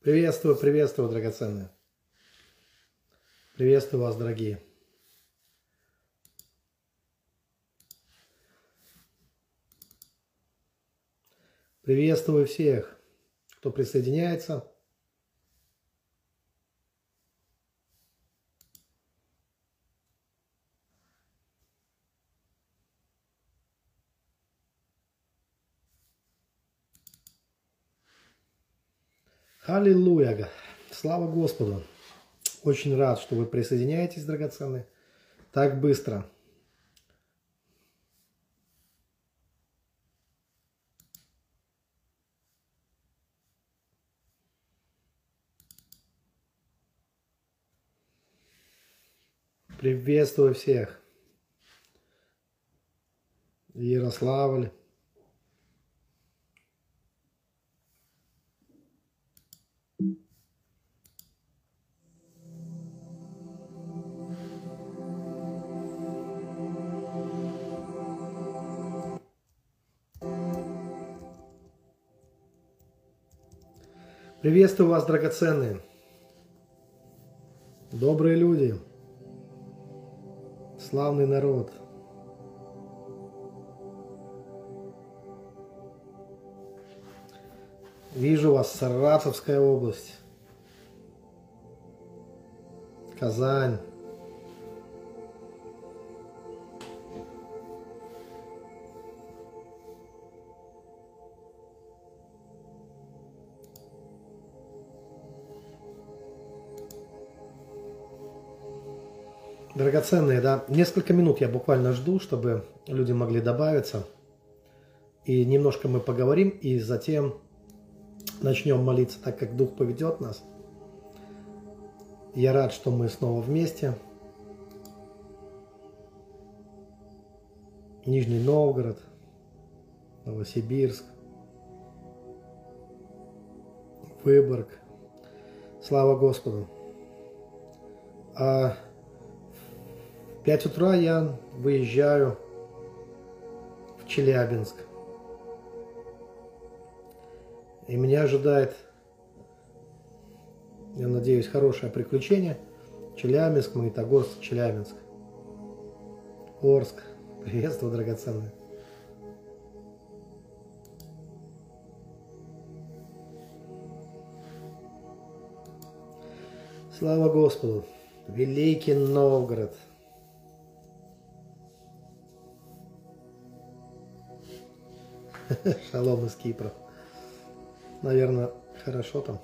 Приветствую, приветствую, драгоценные. Приветствую вас, дорогие. Приветствую всех, кто присоединяется. Аллилуйя! Слава Господу! Очень рад, что вы присоединяетесь, драгоценные, так быстро. Приветствую всех. Ярославль. Приветствую вас, драгоценные. Добрые люди. Славный народ. Вижу вас, Саратовская область. Казань. Драгоценные, да, несколько минут я буквально жду, чтобы люди могли добавиться. И немножко мы поговорим, и затем начнем молиться, так как Дух поведет нас. Я рад, что мы снова вместе. Нижний Новгород, Новосибирск, Выборг. Слава Господу. В 5 утра я выезжаю в Челябинск. И меня ожидает, я надеюсь, хорошее приключение. Челябинск, Магнитогорск, Челябинск, Орск. Приветствую, драгоценные. Слава Господу. Великий Новгород. Шалом из Кипра. Наверное, хорошо там.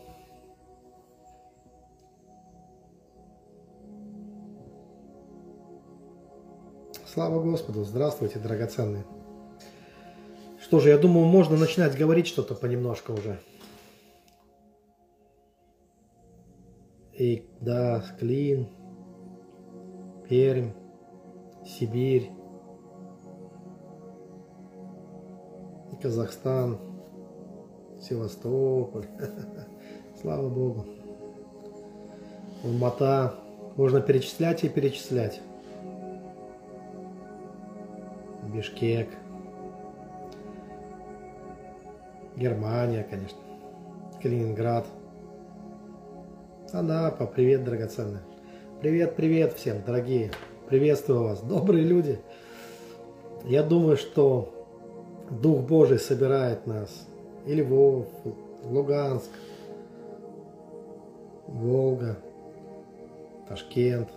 Слава Господу. Здравствуйте, драгоценные. Что же, я думаю, можно начинать говорить что-то понемножку уже. И да, Клин, Пермь, Сибирь, Казахстан, Севастополь. Слава Богу. Алмата. Можно перечислять и перечислять. Бишкек. Германия, конечно. Калининград. Анапа. Привет, драгоценные. Привет, привет всем, дорогие. Приветствую вас, добрые люди. Я думаю, что Дух Божий собирает нас и Львов, Луганск, Волга, Ташкент.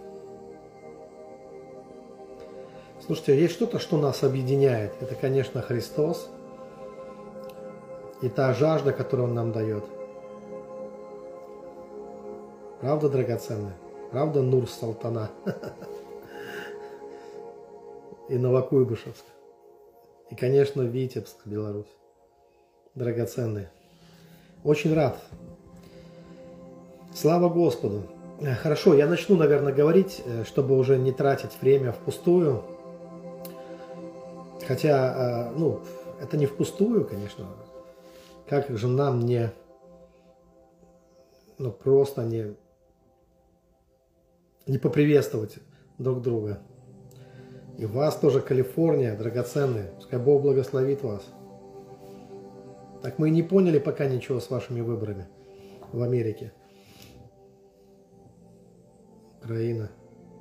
Слушайте, есть что-то, что нас объединяет. Это, конечно, Христос и та жажда, которую Он нам дает. Правда, драгоценная? Правда, Нур-Султана? И Новокуйбышевск. И, конечно, Витебск, Беларусь. Драгоценные. Очень рад. Слава Господу. Хорошо, я начну, наверное, говорить, чтобы уже не тратить время впустую. Хотя, ну, это не впустую, конечно. Как же нам не, ну, просто не поприветствовать друг друга. И вас тоже, Калифорния, драгоценные. Пускай Бог благословит вас. Так мы и не поняли пока ничего с вашими выборами. в Америке. Украина.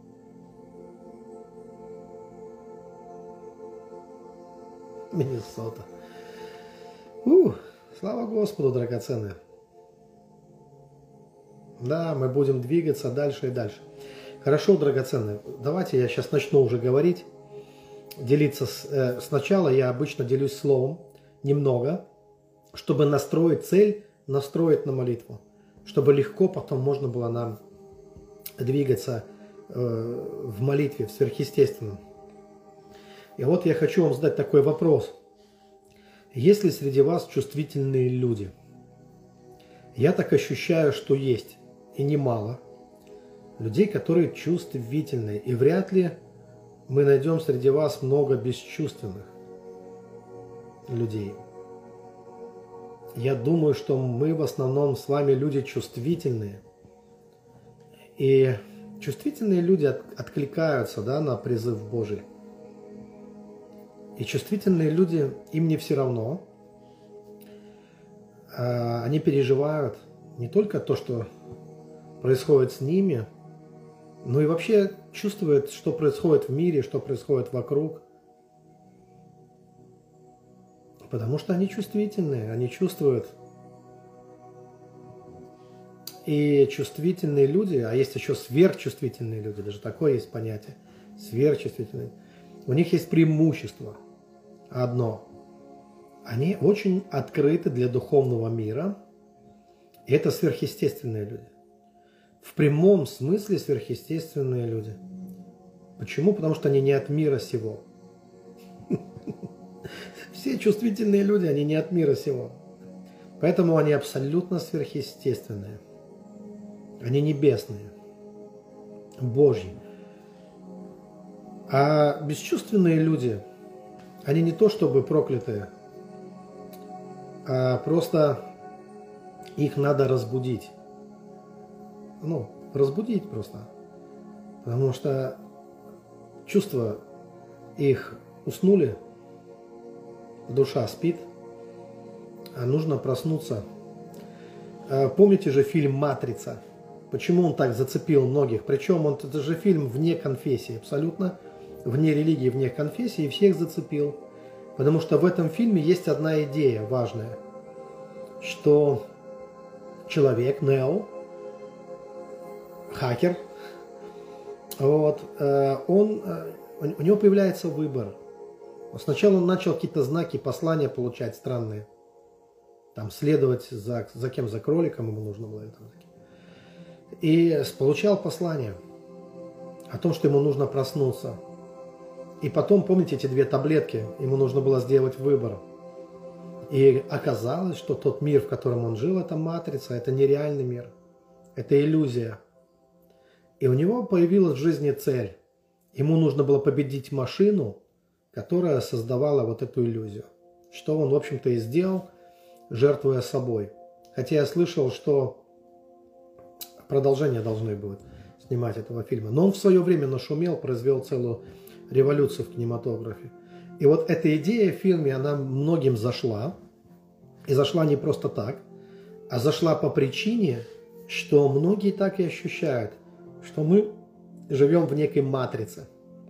Миннесота. Слава Господу, драгоценные. Да, мы будем двигаться дальше и дальше. Хорошо, драгоценные. Давайте я сейчас начну уже говорить. Делиться сначала я обычно делюсь словом немного, чтобы настроить цель, настроить на молитву, чтобы легко потом можно было нам двигаться в молитве, в сверхъестественном. И вот я хочу вам задать такой вопрос. Есть ли среди вас чувствительные люди? Я так ощущаю, что есть, и немало, людей, которые чувствительные, и вряд ли мы найдем среди вас много бесчувственных людей. Я думаю, что мы в основном с вами люди чувствительные. И чувствительные люди откликаются, да, на призыв Божий. И чувствительные люди, им не все равно. Они переживают не только то, что происходит с ними, но и вообще чувствуют, что происходит в мире, что происходит вокруг. Потому что они чувствительные, они чувствуют. И чувствительные люди, а есть еще сверхчувствительные люди, даже такое есть понятие, сверхчувствительные, у них есть преимущество одно. Они очень открыты для духовного мира, и это сверхъестественные люди. В прямом смысле сверхъестественные люди. Почему? Потому что они не от мира сего. Все чувствительные люди, они не от мира сего. Поэтому они абсолютно сверхъестественные. Они небесные, Божьи. А бесчувственные люди, они не то чтобы проклятые, а просто их надо разбудить. Разбудить просто. Потому что чувства их уснули, душа спит, а нужно проснуться. Помните же фильм «Матрица»? Почему он так зацепил многих? Причем это же фильм вне конфессии, абсолютно вне религии, вне конфессии, и всех зацепил. Потому что в этом фильме есть одна идея важная, что человек, Нео, хакер, у него появляется выбор. Сначала он начал какие-то знаки, послания получать странные. Там следовать за кем? За кроликом ему нужно было это. И получал послание о том, что ему нужно проснуться. И потом, помните эти 2 таблетки? Ему нужно было сделать выбор. И оказалось, что тот мир, в котором он жил, это матрица, это нереальный мир. Это иллюзия. И у него появилась в жизни цель. Ему нужно было победить машину, которая создавала вот эту иллюзию. Что он, в общем-то, и сделал, жертвуя собой. Хотя я слышал, что продолжение должны будут снимать этого фильма. Но он в свое время нашумел, произвел целую революцию в кинематографе. И вот эта идея в фильме, она многим зашла. И зашла не просто так, а зашла по причине, что многие так и ощущают, что мы живем в некой матрице.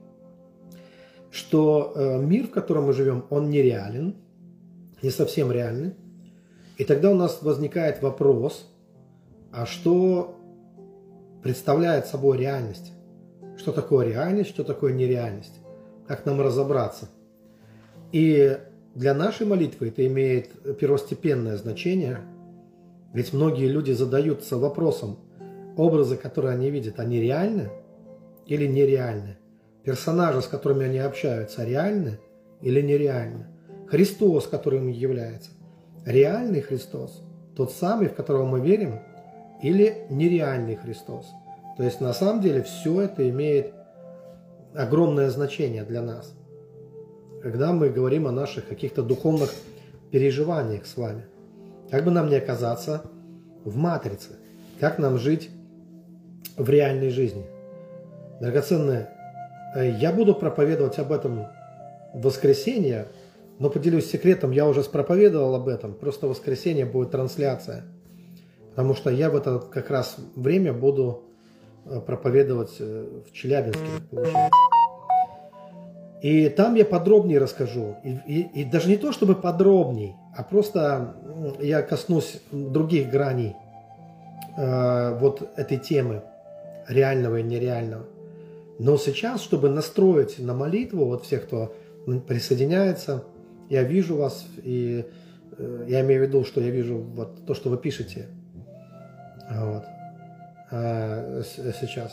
Что мир, в котором мы живем, он нереален, не совсем реальный. И тогда у нас возникает вопрос, а что представляет собой реальность? Что такое реальность, что такое нереальность? Как нам разобраться? И для нашей молитвы это имеет первостепенное значение, ведь многие люди задаются вопросом, образы, которые они видят, они реальны или нереальны? Персонажи, с которыми они общаются, реальны или нереальны? Христос, которым является, реальный Христос, тот самый, в которого мы верим, или нереальный Христос? То есть на самом деле все это имеет огромное значение для нас, когда мы говорим о наших каких-то духовных переживаниях с вами. Как бы нам не оказаться в матрице, как нам жить в реальной жизни. Драгоценные, я буду проповедовать об этом в воскресенье, но поделюсь секретом, я уже проповедовал об этом, просто в воскресенье будет трансляция. Потому что я в это как раз время буду проповедовать в Челябинске, получается. И там я подробнее расскажу. И даже не то, чтобы подробней, а просто я коснусь других граней вот этой темы, реального и нереального. Но сейчас, чтобы настроить на молитву вот всех, кто присоединяется, я вижу вас, и я имею в виду, что я вижу вот то, что вы пишете вот, сейчас.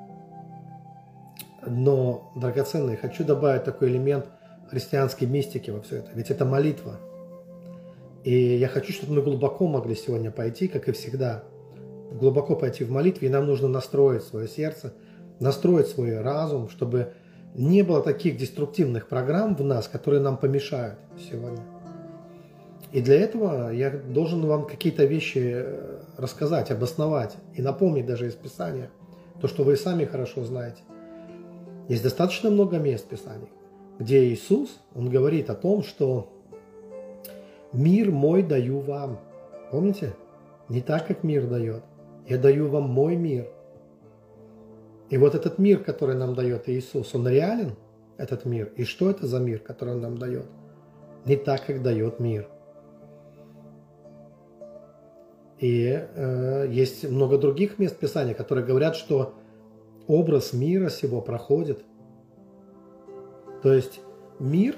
Но, драгоценные, хочу добавить такой элемент христианской мистики во все это. Ведь это молитва. И я хочу, чтобы мы глубоко могли сегодня пойти, как и всегда. Глубоко пойти в молитве, и нам нужно настроить свое сердце, настроить свой разум, чтобы не было таких деструктивных программ в нас, которые нам помешают сегодня. И для этого я должен вам какие-то вещи рассказать, обосновать и напомнить даже из Писания, то, что вы сами хорошо знаете. Есть достаточно много мест в Писании, где Иисус, Он говорит о том, что «Мир мой даю вам». Помните? Не так, как мир дает. Я даю вам мой мир. И вот этот мир, который нам дает Иисус, он реален, этот мир. И что это за мир, который Он нам дает? Не так, как дает мир. И есть много других мест Писания, которые говорят, что образ мира сего проходит. То есть мир,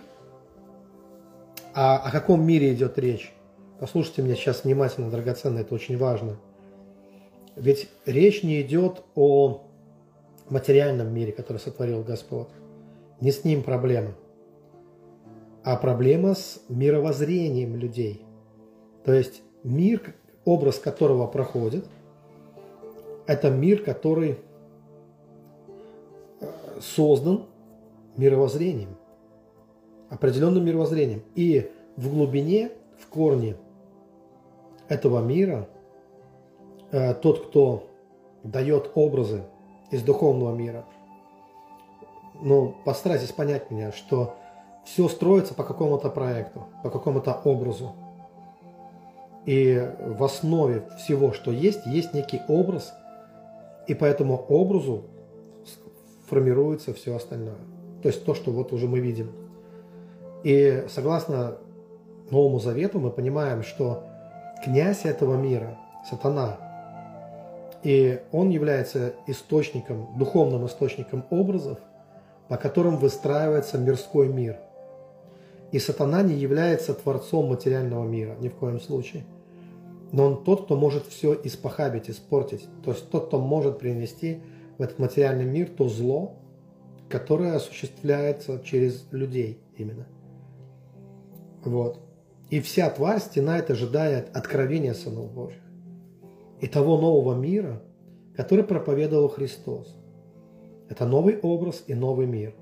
о каком мире идет речь? Послушайте меня сейчас внимательно, драгоценные, это очень важно. Ведь речь не идет о материальном мире, который сотворил Господь. Не с ним проблема, а проблема с мировоззрением людей. То есть мир, образ которого проходит, это мир, который создан мировоззрением, определенным мировоззрением. И в глубине, в корне этого мира тот, кто дает образы из духовного мира, ну, постарайтесь понять меня, что все строится по какому-то проекту, по какому-то образу. И в основе всего, что есть некий образ, и по этому образу формируется все остальное. То есть то, что вот уже мы видим. И согласно Новому Завету мы понимаем, что князь этого мира, сатана, и он является источником, духовным источником образов, по которым выстраивается мирской мир. И сатана не является творцом материального мира, ни в коем случае. Но он тот, кто может все испохабить, испортить. То есть тот, кто может принести в этот материальный мир то зло, которое осуществляется через людей именно. Вот. И вся тварь стенает, ожидая откровения сынов Божьих. И того нового мира, который проповедовал Христос. Это новый образ и новый мир.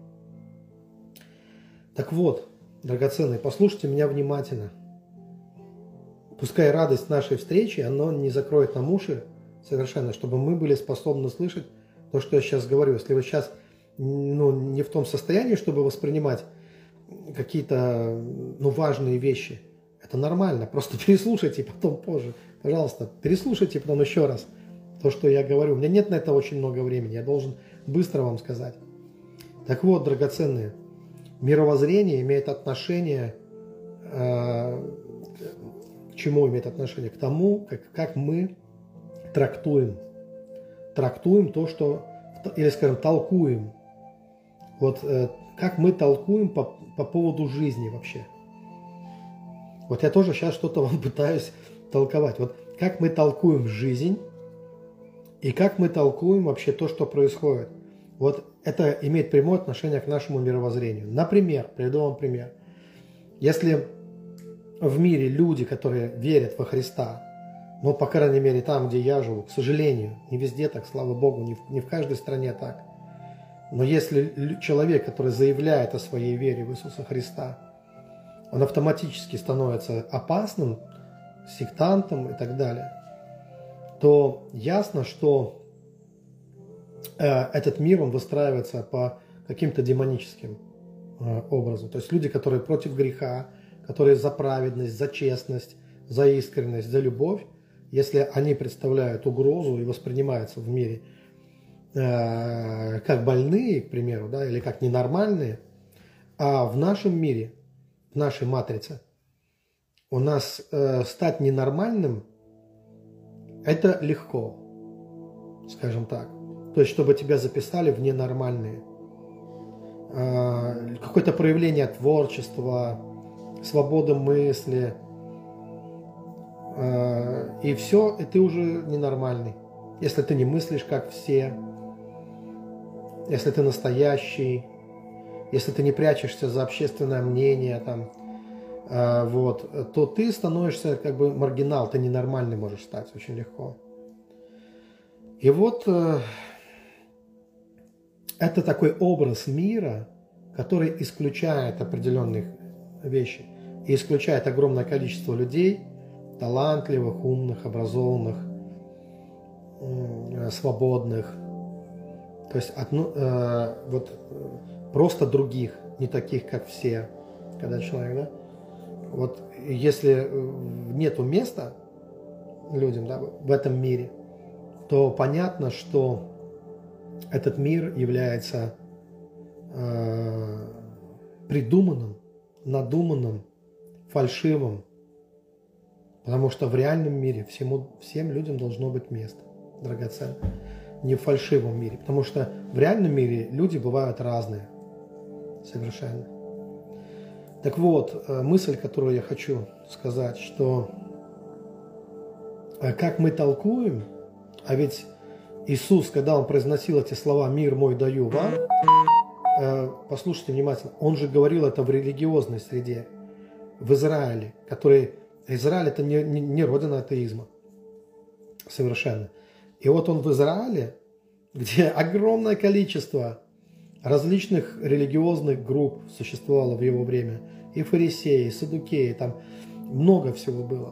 Так вот, драгоценные, послушайте меня внимательно. Пускай радость нашей встречи, она не закроет нам уши совершенно, чтобы мы были способны слышать то, что я сейчас говорю. Если вы сейчас не в том состоянии, чтобы воспринимать какие-то важные вещи, это нормально. Просто переслушайте потом позже. Пожалуйста, переслушайте потом еще раз то, что я говорю. У меня нет на это очень много времени. Я должен быстро вам сказать. Так вот, драгоценные, мировоззрение имеет отношение к чему имеет отношение? К тому, как мы трактуем то, что, или, скажем, толкуем. Вот как мы толкуем по поводу жизни вообще. Вот я тоже сейчас что-то вам пытаюсь толковать. Вот как мы толкуем жизнь и как мы толкуем вообще то, что происходит. Вот это имеет прямое отношение к нашему мировоззрению. Например, приведу вам пример. Если в мире люди, которые верят во Христа, но, по крайней мере, там, где я живу, к сожалению, не везде так, слава Богу, не в каждой стране так. Но если человек, который заявляет о своей вере в Иисуса Христа, он автоматически становится опасным, сектантом и так далее, то ясно, что этот мир, он выстраивается по каким-то демоническим образом. То есть люди, которые против греха, которые за праведность, за честность, за искренность, за любовь, если они представляют угрозу и воспринимаются в мире как больные, к примеру, да, или как ненормальные, а в нашем мире, в нашей матрице, у нас стать ненормальным – это легко, скажем так. То есть, чтобы тебя записали в ненормальные. Какое-то проявление творчества, свободы мысли, и все, и ты уже ненормальный. Если ты не мыслишь, как все, если ты настоящий, если ты не прячешься за общественное мнение, там, вот, то ты становишься как бы маргинал, ты ненормальный можешь стать очень легко. И вот это такой образ мира, который исключает определенные вещи и исключает огромное количество людей, талантливых, умных, образованных, свободных, то есть вот просто других, не таких, как все, когда человек, да, вот если нету места людям, да, в этом мире, то понятно, что этот мир является придуманным, надуманным, фальшивым, потому что в реальном мире всем людям должно быть место драгоценное, не в фальшивом мире, потому что в реальном мире люди бывают разные совершенно. Так вот, мысль, которую я хочу сказать, что как мы толкуем, а ведь Иисус, когда Он произносил эти слова «Мир мой даю вам», послушайте внимательно, Он же говорил это в религиозной среде, в Израиле, Израиль – это не родина атеизма, совершенно. И вот Он в Израиле, где огромное количество различных религиозных групп существовало в его время, и фарисеи, и саддукеи, там много всего было.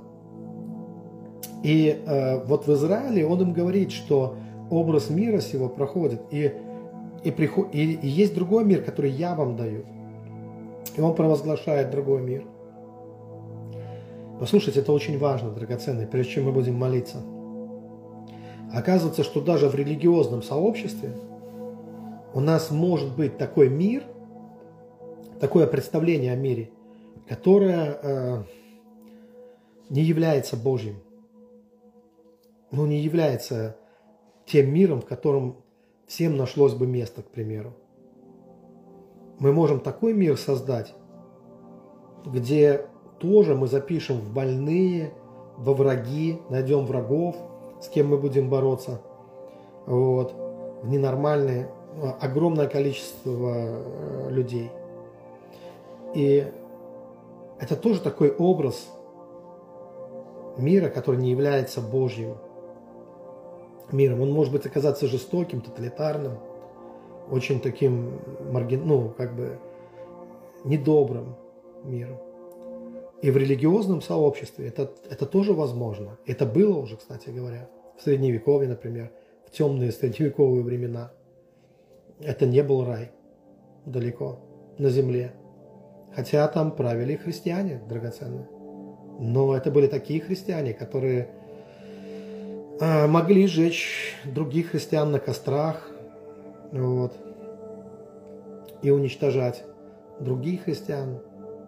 И вот в Израиле Он им говорит, что образ мира сего проходит, и есть другой мир, который я вам даю. И Он провозглашает другой мир. Послушайте, это очень важно, драгоценные, прежде чем мы будем молиться. Оказывается, что даже в религиозном сообществе у нас может быть такой мир, такое представление о мире, которое не является Божьим. Не является тем миром, в котором всем нашлось бы место, к примеру. Мы можем такой мир создать, где тоже мы запишем в больные, во враги, найдем врагов, с кем мы будем бороться, вот, в ненормальные, огромное количество людей. И это тоже такой образ мира, который не является Божьим миром. Он может быть оказаться жестоким, тоталитарным, очень таким недобрым миром. И в религиозном сообществе это тоже возможно. Это было уже, кстати говоря, в Средневековье, например, в темные средневековые времена. Это не был рай далеко на земле. Хотя там правили христиане драгоценные. Но это были такие христиане, которые могли сжечь других христиан на кострах, вот, и уничтожать других христиан.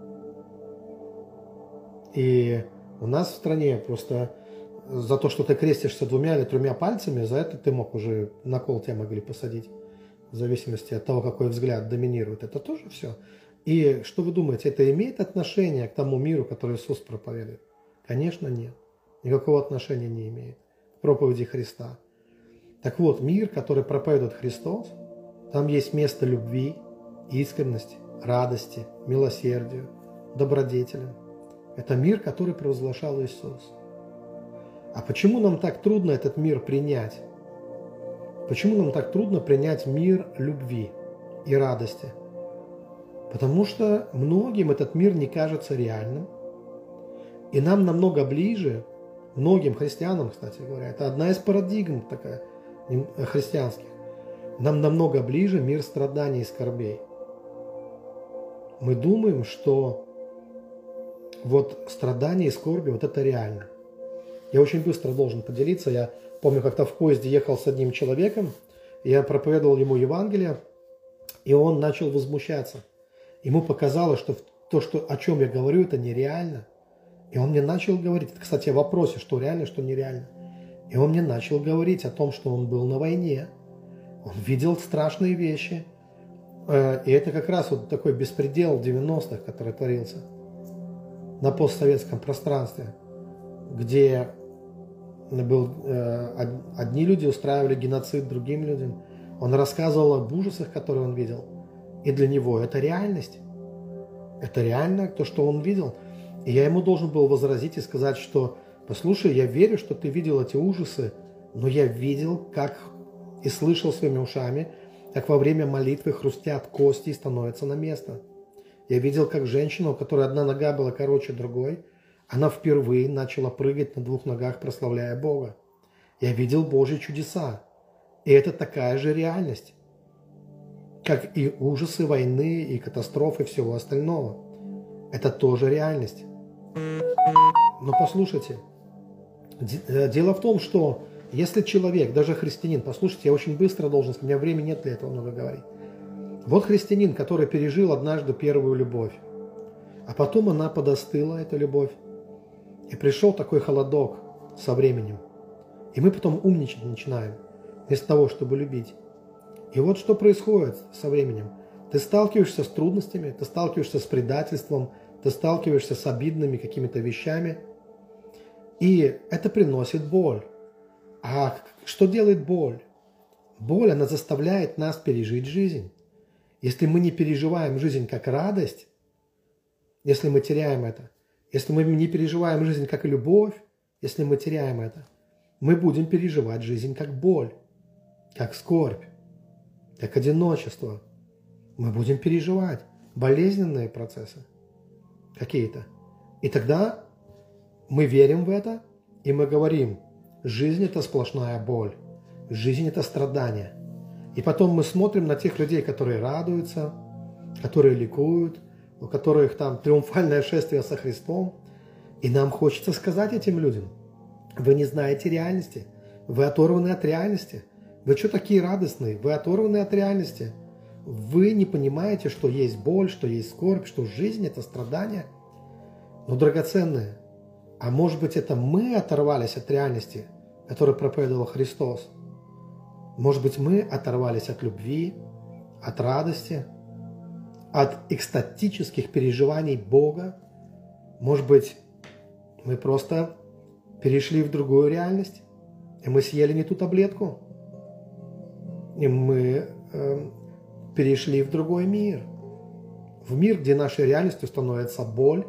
И у нас в стране просто за то, что ты крестишься 2 или 3 пальцами, за это ты мог уже на кол тебя могли посадить, в зависимости от того, какой взгляд доминирует. Это тоже все. И что вы думаете, это имеет отношение к тому миру, который Иисус проповедует? Конечно, нет. Никакого отношения не имеет к проповеди Христа. Так вот, мир, который проповедует Христос, там есть место любви, искренности, радости, милосердию, добродетелям. Это мир, который провозглашал Иисус. А почему нам так трудно этот мир принять? Почему нам так трудно принять мир любви и радости? Потому что многим этот мир не кажется реальным. И нам намного ближе, многим христианам, кстати говоря, это одна из парадигм такая, христианских, нам намного ближе мир страданий и скорбей. Мы думаем, что вот страдания и скорби, вот это реально. Я очень быстро должен поделиться. Я помню, как-то в поезде ехал с одним человеком, я проповедовал ему Евангелие, и он начал возмущаться. Ему показалось, что то, о чем я говорю, это нереально. И он мне начал говорить, это, кстати, о вопросе, что реально, что нереально. И он мне начал говорить о том, что он был на войне, он видел страшные вещи. И это как раз вот такой беспредел в 90-х, который творился на постсоветском пространстве, где одни люди устраивали геноцид другим людям. Он рассказывал об ужасах, которые он видел. И для него это реальность. Это реально то, что он видел. И я ему должен был возразить и сказать, что послушай, я верю, что ты видел эти ужасы, но я видел, как и слышал своими ушами, как во время молитвы хрустят кости и становятся на место. Я видел, как женщина, у которой одна нога была короче другой, она впервые начала прыгать на двух ногах, прославляя Бога. Я видел Божьи чудеса. И это такая же реальность, как и ужасы войны, и катастрофы, и всего остального. Это тоже реальность. Но послушайте, дело в том, что если человек, даже христианин, послушайте, я очень быстро должен сказать, у меня времени нет для этого много говорить. Вот христианин, который пережил однажды первую любовь, а потом она подостыла, эта любовь, и пришел такой холодок со временем. И мы потом умничать начинаем, вместо того, чтобы любить. И вот что происходит со временем. Ты сталкиваешься с трудностями, ты сталкиваешься с предательством, ты сталкиваешься с обидными какими-то вещами. И это приносит боль. А что делает боль? Боль, она заставляет нас пережить жизнь. Если мы не переживаем жизнь как радость, если мы теряем это, если мы не переживаем жизнь как любовь, если мы теряем это, мы будем переживать жизнь как боль, как скорбь, как одиночество. Мы будем переживать болезненные процессы какие-то. И тогда мы верим в это, и мы говорим, жизнь – это сплошная боль, жизнь – это страдание. И потом мы смотрим на тех людей, которые радуются, которые ликуют, у которых там триумфальное шествие со Христом. И нам хочется сказать этим людям, вы не знаете реальности, вы оторваны от реальности. Вы что такие радостные? Вы оторваны от реальности. Вы не понимаете, что есть боль, что есть скорбь, что жизнь – это страдание. Но, драгоценные, а может быть, это мы оторвались от реальности, которую проповедовал Христос? Может быть, мы оторвались от любви, от радости, от экстатических переживаний Бога? Может быть, мы просто перешли в другую реальность, и мы съели не ту таблетку, и мы перешли в другой мир. В мир, где нашей реальностью становится боль,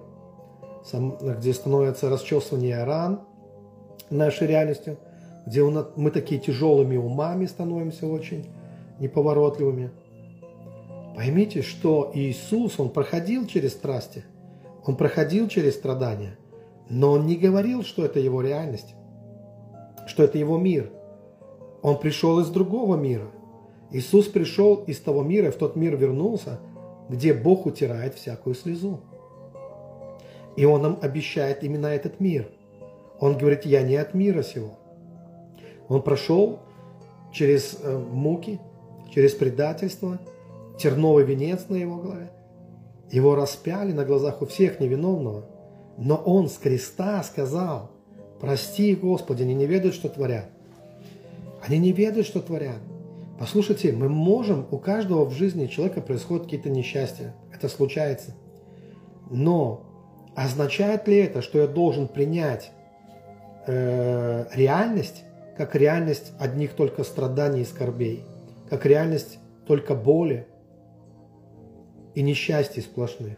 где становится расчесывание ран нашей реальностью, где мы такие тяжелыми умами становимся очень неповоротливыми. Поймите, что Иисус, Он проходил через страсти, Он проходил через страдания, но Он не говорил, что это Его реальность, что это Его мир. Он пришел из другого мира. Иисус пришел из того мира, и в тот мир вернулся, где Бог утирает всякую слезу. И Он нам обещает именно этот мир. Он говорит, я не от мира сего. Он прошел через муки, через предательство, терновый венец на Его голове. Его распяли на глазах у всех невиновного. Но Он с креста сказал, прости, Господи, они не ведают, что творят. Они не ведают, что творят. Послушайте, мы можем, у каждого в жизни человека происходят какие-то несчастья. Это случается. Но означает ли это, что я должен принять реальность, как реальность одних только страданий и скорбей, как реальность только боли и несчастий сплошных?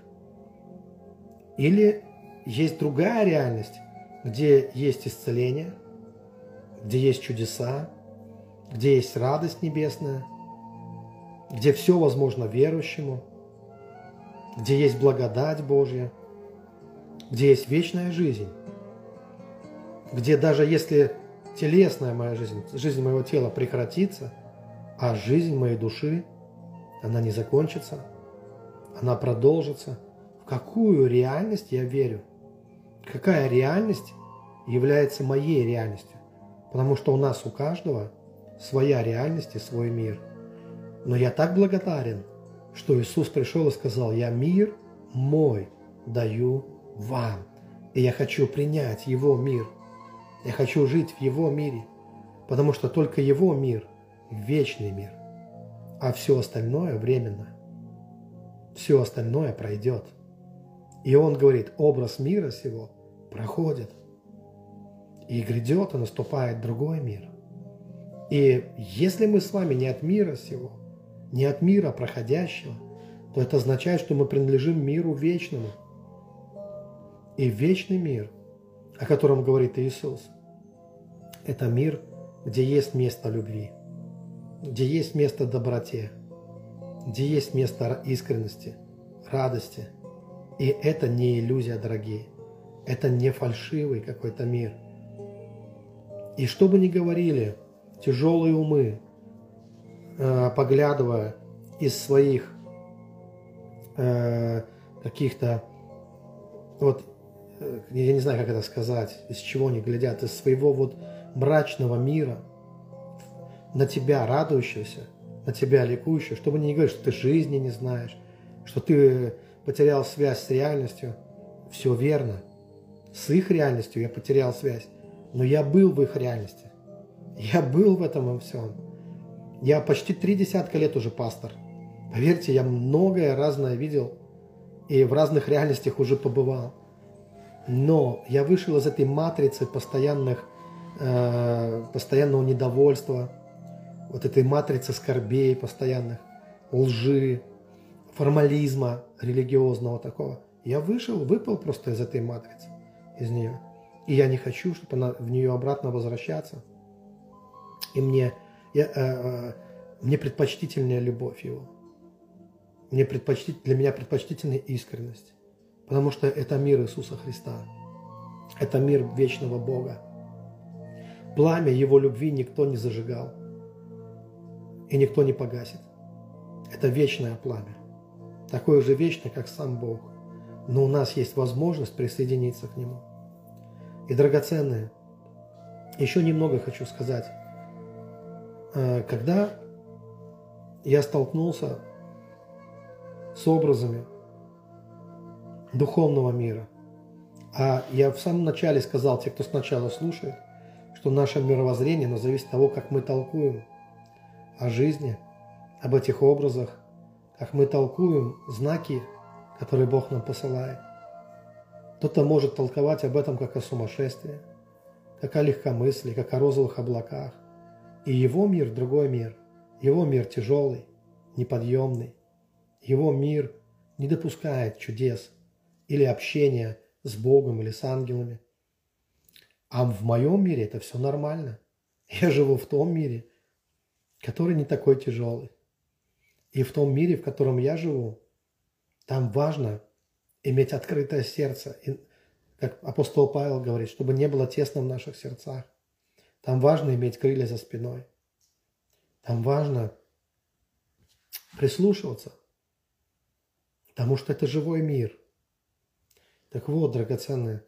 Или есть другая реальность, где есть исцеление, где есть чудеса, где есть радость небесная, где все возможно верующему, где есть благодать Божья, где есть вечная жизнь, где даже если телесная моя жизнь, жизнь моего тела прекратится, а жизнь моей души, она не закончится, она продолжится. В какую реальность я верю? Какая реальность является моей реальностью. Потому что у нас у каждого своя реальность и свой мир. Но я так благодарен, что Иисус пришел и сказал: «Я мир мой даю вам». И я хочу принять Его мир. Я хочу жить в Его мире. Потому что только Его мир – вечный мир. А все остальное временно. Все остальное пройдет. И Он говорит, образ мира сего проходит. И грядет, и наступает другой мир. И если мы с вами не от мира сего, не от мира проходящего, то это означает, что мы принадлежим миру вечному. И вечный мир, о котором говорит Иисус, это мир, где есть место любви, где есть место доброте, где есть место искренности, радости. И это не иллюзия, дорогие. Это не фальшивый какой-то мир. И что бы ни говорили тяжелые умы, поглядывая из своих каких-то, вот, я не знаю, как это сказать, из чего они глядят, из своего вот мрачного мира на тебя радующегося, на тебя ликующего, чтобы не говорить, что ты жизни не знаешь, что ты потерял связь с реальностью. Все верно. С их реальностью я потерял связь. Но я был в их реальности. Я был в этом во всем. Я почти 30 лет уже пастор. Поверьте, я многое разное видел и в разных реальностях уже побывал. Но я вышел из этой матрицы постоянного недовольства, вот этой матрицы скорбей постоянных, лжи, формализма религиозного такого. Я выпал просто из этой матрицы, из нее. И я не хочу, чтобы она в нее обратно возвращаться. И мне предпочтительнее любовь Его. Для меня предпочтительная искренность. Потому что это мир Иисуса Христа. Это мир вечного Бога. Пламя Его любви никто не зажигал. И никто не погасит. Это вечное пламя. Такое же вечное, как сам Бог. Но у нас есть возможность присоединиться к Нему. И, драгоценные, еще немного хочу сказать. Когда я столкнулся с образами духовного мира, а я в самом начале сказал, те, кто сначала слушает, что наше мировоззрение, оно зависит от того, как мы толкуем о жизни, об этих образах, как мы толкуем знаки, которые Бог нам посылает. Кто-то может толковать об этом как о сумасшествии, как о легкомыслии, как о розовых облаках. И его мир – другой мир. Его мир тяжелый, неподъемный. Его мир не допускает чудес или общения с Богом или с ангелами. А в моем мире это все нормально. Я живу в том мире, который не такой тяжелый. И в том мире, в котором я живу, там важно иметь открытое сердце. И, как апостол Павел говорит, чтобы не было тесно в наших сердцах. Там важно иметь крылья за спиной. Там важно прислушиваться, потому что это живой мир. Так вот, драгоценные,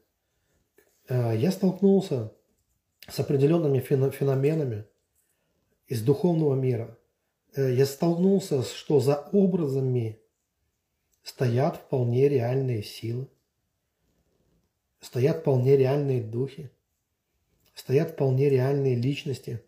я столкнулся с определенными феноменами из духовного мира. Я столкнулся, что за образами стоят вполне реальные силы, стоят вполне реальные духи, стоят вполне реальные личности,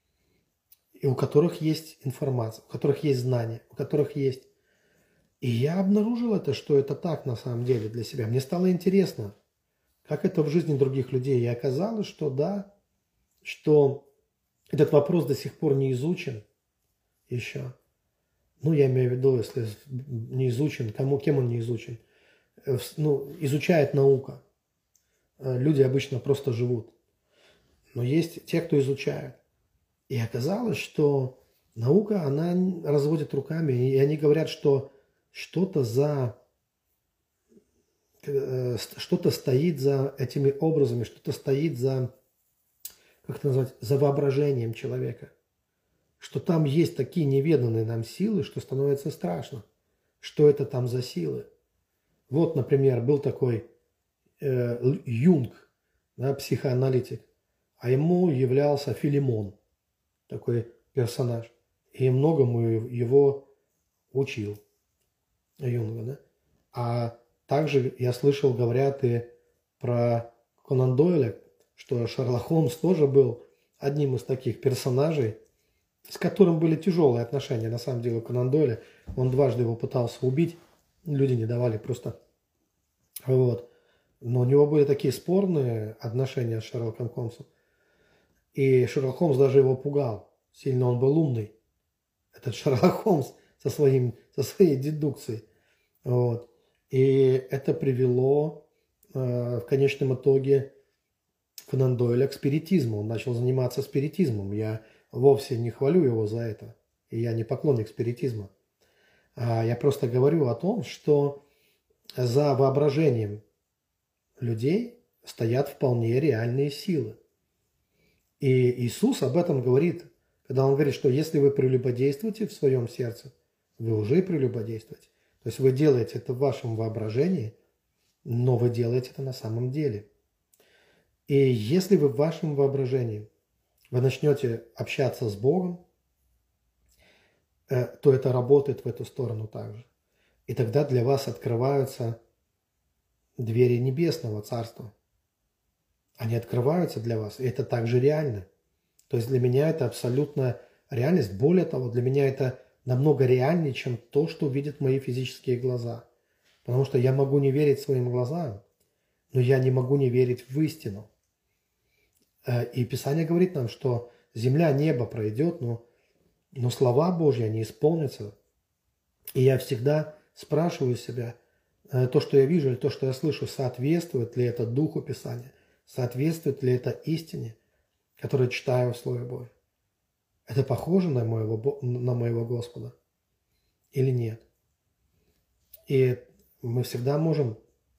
и у которых есть информация, у которых есть знания, у которых есть. И я обнаружил это, что это так на самом деле для себя. Мне стало интересно, как это в жизни других людей. И оказалось, что да, что этот вопрос до сих пор не изучен еще. Ну, я имею в виду, если не изучен, кем он не изучен? Изучает наука. Люди обычно просто живут. Но есть те, кто изучают. И оказалось, что наука, она разводит руками, и они говорят, что что-то стоит за этими образами, что-то стоит за, как это назвать, за воображением человека. Что там есть такие неведанные нам силы, что становится страшно. Что это там за силы? Вот, например, был такой Юнг. да, психоаналитик, а ему являлся Филимон, такой персонаж, и многому его учил Юнга, да? А также я слышал, говорят и про Конан Дойля, что Шерлок Холмс тоже был одним из таких персонажей, с которым были тяжелые отношения. На самом деле, Конан Дойля, он дважды его пытался убить, люди не давали просто. Вот. Но у него были такие спорные отношения с Шерлоком Холмсом. И Шерлок Холмс даже его пугал. Сильно он был умный. Этот Шерлок Холмс со своей дедукцией. Вот. И это привело в конечном итоге Конан Дойля к спиритизму. Он начал заниматься спиритизмом. Я вовсе не хвалю его за это. И я не поклонник спиритизма. Я просто говорю о том, что за воображением людей стоят вполне реальные силы. И Иисус об этом говорит, когда Он говорит, что если вы прелюбодействуете в своем сердце, вы уже прелюбодействуете. То есть вы делаете это в вашем воображении, но вы делаете это на самом деле. И если вы в вашем воображении вы начнете общаться с Богом, то это работает в эту сторону также. И тогда для вас открываются двери небесного царства. Они открываются для вас, и это также реально. То есть для меня это абсолютно реальность. Более того, для меня это намного реальнее, чем то, что видят мои физические глаза. Потому что я могу не верить своим глазам, но я не могу не верить в истину. И Писание говорит нам, что земля, небо пройдет, но слова Божьи, они исполнятся. И я всегда спрашиваю себя, то, что я вижу или то, что я слышу, соответствует ли это Духу Писания, соответствует ли это истине, которую читаю в Слове Божьем. Это похоже на моего Господа или нет? И мы всегда можем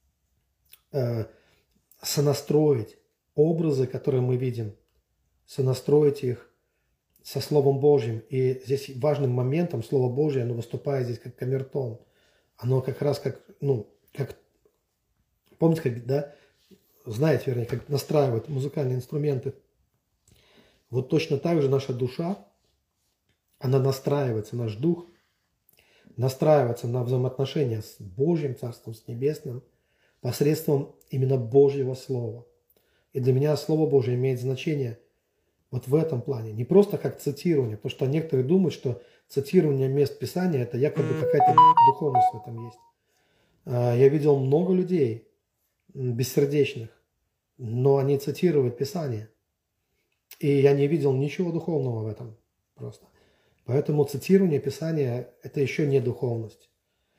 сонастроить образы, которые мы видим, сонастроить их со Словом Божьим. И здесь важным моментом Слово Божье, оно выступает здесь как камертон. Оно как раз помните, знаете, вернее, как настраивают музыкальные инструменты. Вот точно так же наша душа, она настраивается, наш дух настраивается на взаимоотношения с Божьим Царством, с Небесным, посредством именно Божьего Слова. И для меня Слово Божье имеет значение вот в этом плане. Не просто как цитирование, потому что некоторые думают, что цитирование мест Писания – это якобы какая-то духовность в этом есть. Я видел много людей бессердечных, но они цитируют Писание. И я не видел ничего духовного в этом просто. Поэтому цитирование Писания – это еще не духовность.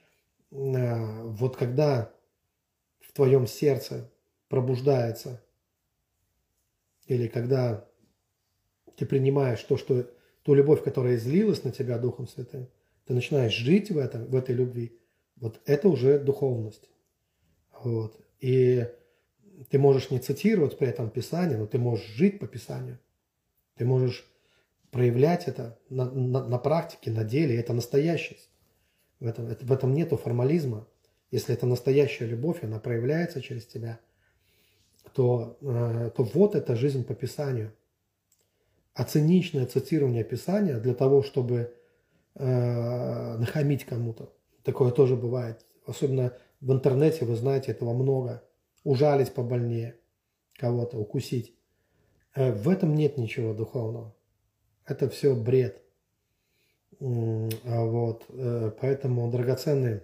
Вот когда в твоем сердце пробуждается, или когда ты принимаешь ту любовь, которая излилась на тебя Духом Святым, ты начинаешь жить в этой любви, вот это уже духовность. Вот. И ты можешь не цитировать при этом Писание, но ты можешь жить по Писанию. Ты можешь проявлять это на практике, на деле. Это настоящесть. В этом нету формализма. Если это настоящая любовь, она проявляется через тебя, то вот это жизнь по Писанию. А циничное цитирование Писания для того, чтобы нахамить кому-то, такое тоже бывает. Особенно в интернете, вы знаете, этого много. Ужалить побольнее кого-то, укусить. В этом нет ничего духовного. Это все бред. Вот. Поэтому, драгоценные,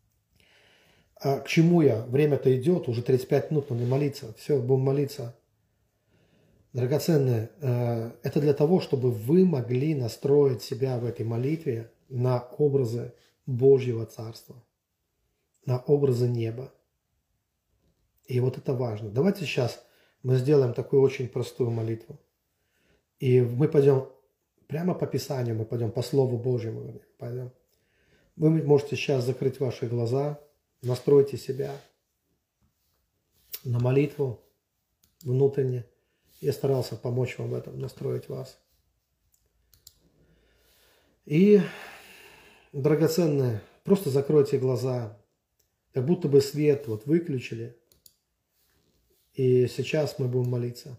к чему я? Время-то идет, уже 35 минут, надо молиться. Все, будем молиться. Драгоценные, это для того, чтобы вы могли настроить себя в этой молитве на образы Божьего Царства, на образы неба. И вот это важно. Давайте сейчас мы сделаем такую очень простую молитву. И мы пойдем прямо по Писанию, мы пойдем по Слову Божьему. Пойдем. Вы можете сейчас закрыть ваши глаза, настройте себя на молитву внутренне. Я старался помочь вам в этом, настроить вас. И, драгоценные, просто закройте глаза, как будто бы свет вот выключили. И сейчас мы будем молиться.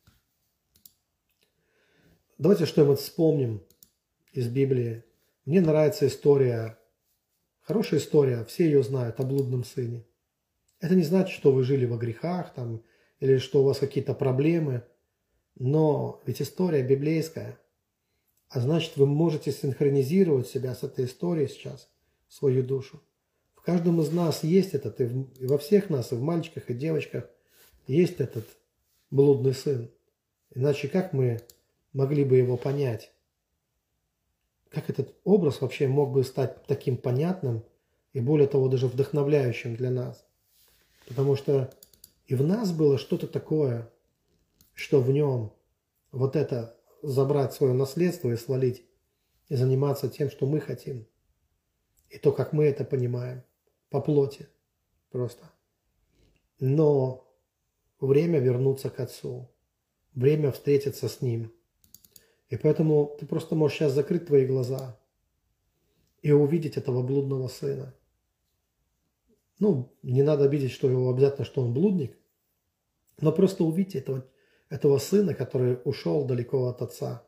Давайте что-нибудь вспомним из Библии. Мне нравится история, хорошая история, все ее знают, о блудном сыне. Это не значит, что вы жили во грехах там, или что у вас какие-то проблемы, но ведь история библейская, а значит, вы можете синхронизировать себя с этой историей сейчас, свою душу. В каждом из нас есть этот, и во всех нас, и в мальчиках, и девочках, есть этот блудный сын. Иначе как мы могли бы его понять? Как этот образ вообще мог бы стать таким понятным и, более того, даже вдохновляющим для нас? Потому что и в нас было что-то такое, что в нем вот это забрать свое наследство и свалить, и заниматься тем, что мы хотим. И то, как мы это понимаем, по плоти просто. Но время вернуться к Отцу, время встретиться с Ним. И поэтому ты просто можешь сейчас закрыть твои глаза и увидеть этого блудного сына. Ну, не надо видеть, что его обязательно, что он блудник, но просто увидеть этого сына, который ушел далеко от отца.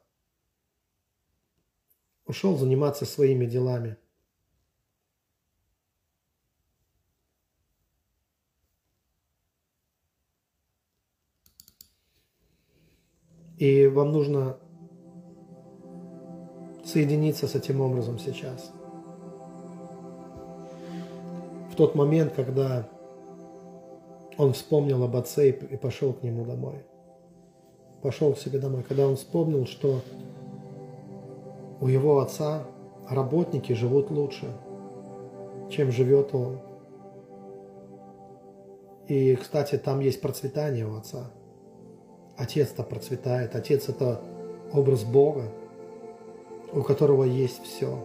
Ушел заниматься своими делами. И вам нужно соединиться с этим образом сейчас. В тот момент, когда он вспомнил об отце и пошел к нему домой. Пошел к себе домой. Когда он вспомнил, что у его отца работники живут лучше, чем живет он. И, кстати, там есть процветание у отца. Отец-то процветает. Отец – это образ Бога, у которого есть все.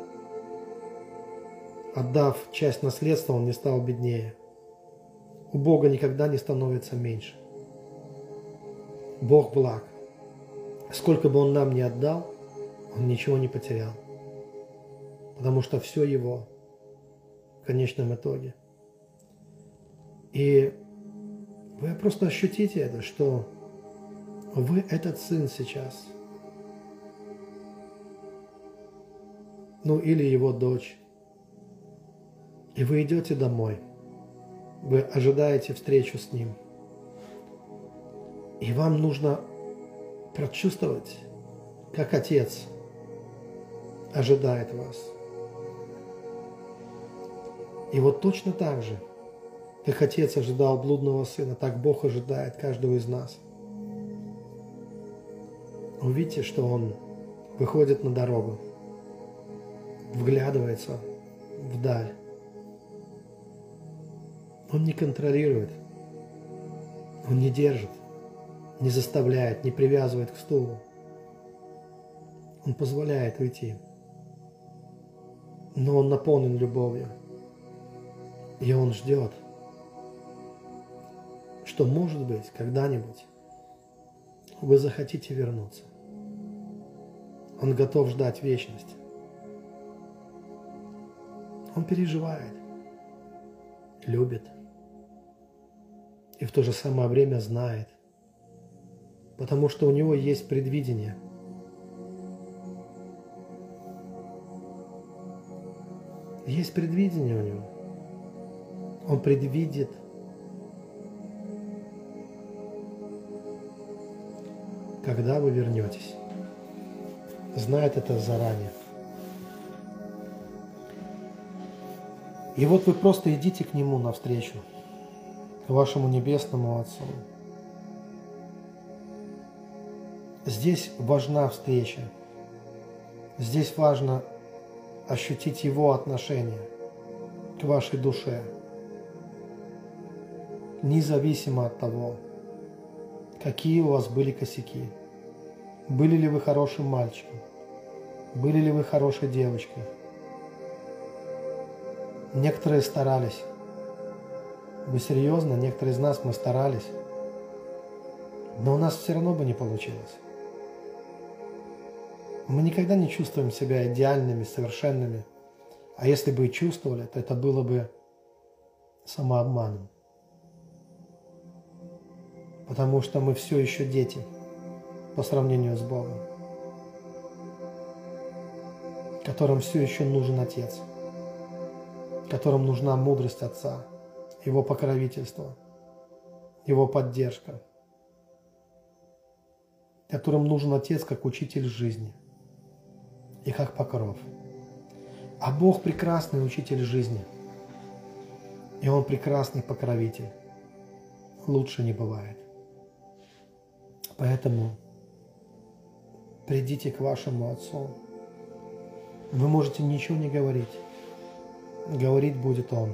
Отдав часть наследства, он не стал беднее. У Бога никогда не становится меньше. Бог благ. Сколько бы Он нам ни отдал, Он ничего не потерял. Потому что все Его в конечном итоге. И вы просто ощутите это, что вы этот сын сейчас. Ну или его дочь. И вы идете домой. Вы ожидаете встречу с ним. И вам нужно прочувствовать, как Отец ожидает вас. И вот точно так же, как Отец ожидал блудного сына, так Бог ожидает каждого из нас. Увидите, что Он выходит на дорогу, вглядывается вдаль. Он не контролирует, Он не держит, не заставляет, не привязывает к стулу. Он позволяет уйти. Но Он наполнен любовью. И Он ждет, что, может быть, когда-нибудь вы захотите вернуться. Он готов ждать вечность. Он переживает, любит и в то же самое время знает, потому что у него есть предвидение. Есть предвидение у него. Он предвидит, когда вы вернетесь. Знает это заранее. И вот вы просто идите к Нему навстречу, к вашему Небесному Отцу. Здесь важна встреча. Здесь важно ощутить Его отношение к вашей душе, независимо от того, какие у вас были косяки. Были ли вы хорошим мальчиком? Были ли вы хорошей девочкой? Некоторые старались. Вы серьезно? Некоторые из нас мы старались. Но у нас все равно бы не получилось. Мы никогда не чувствуем себя идеальными, совершенными. А если бы и чувствовали, то это было бы самообманом. Потому что мы все еще дети по сравнению с Богом, которым все еще нужен Отец, которым нужна мудрость Отца, Его покровительство, Его поддержка, которым нужен Отец как учитель жизни и как покров. А Бог прекрасный учитель жизни, и Он прекрасный покровитель. Лучше не бывает. Поэтому придите к вашему Отцу. Вы можете ничего не говорить. Говорить будет Он.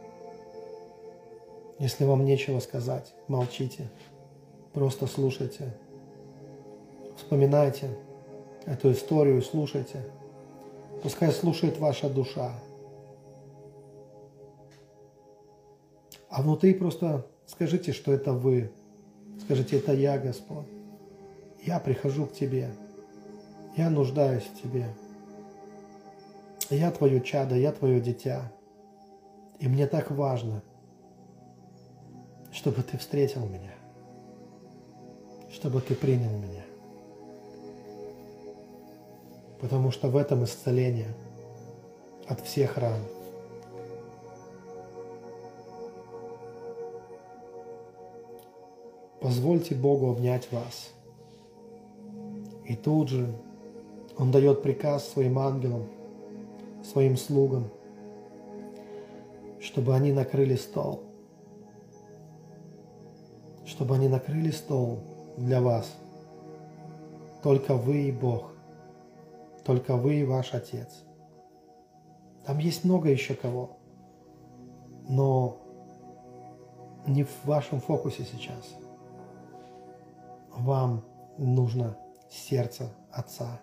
Если вам нечего сказать, молчите. Просто слушайте. Вспоминайте эту историю, слушайте. Пускай слушает ваша душа. А внутри просто скажите, что это вы. Скажите, это я, Господь. Я прихожу к Тебе. Я нуждаюсь в Тебе. Я Твое чадо, я Твое дитя. И мне так важно, чтобы Ты встретил меня. Чтобы Ты принял меня. Потому что в этом исцеление от всех ран. Позвольте Богу обнять вас. И тут же Он дает приказ своим ангелам, своим слугам, чтобы они накрыли стол. Чтобы они накрыли стол для вас. Только вы и Бог. Только вы и ваш Отец. Там есть много еще кого. Но не в вашем фокусе сейчас. Вам нужно сердце Отца.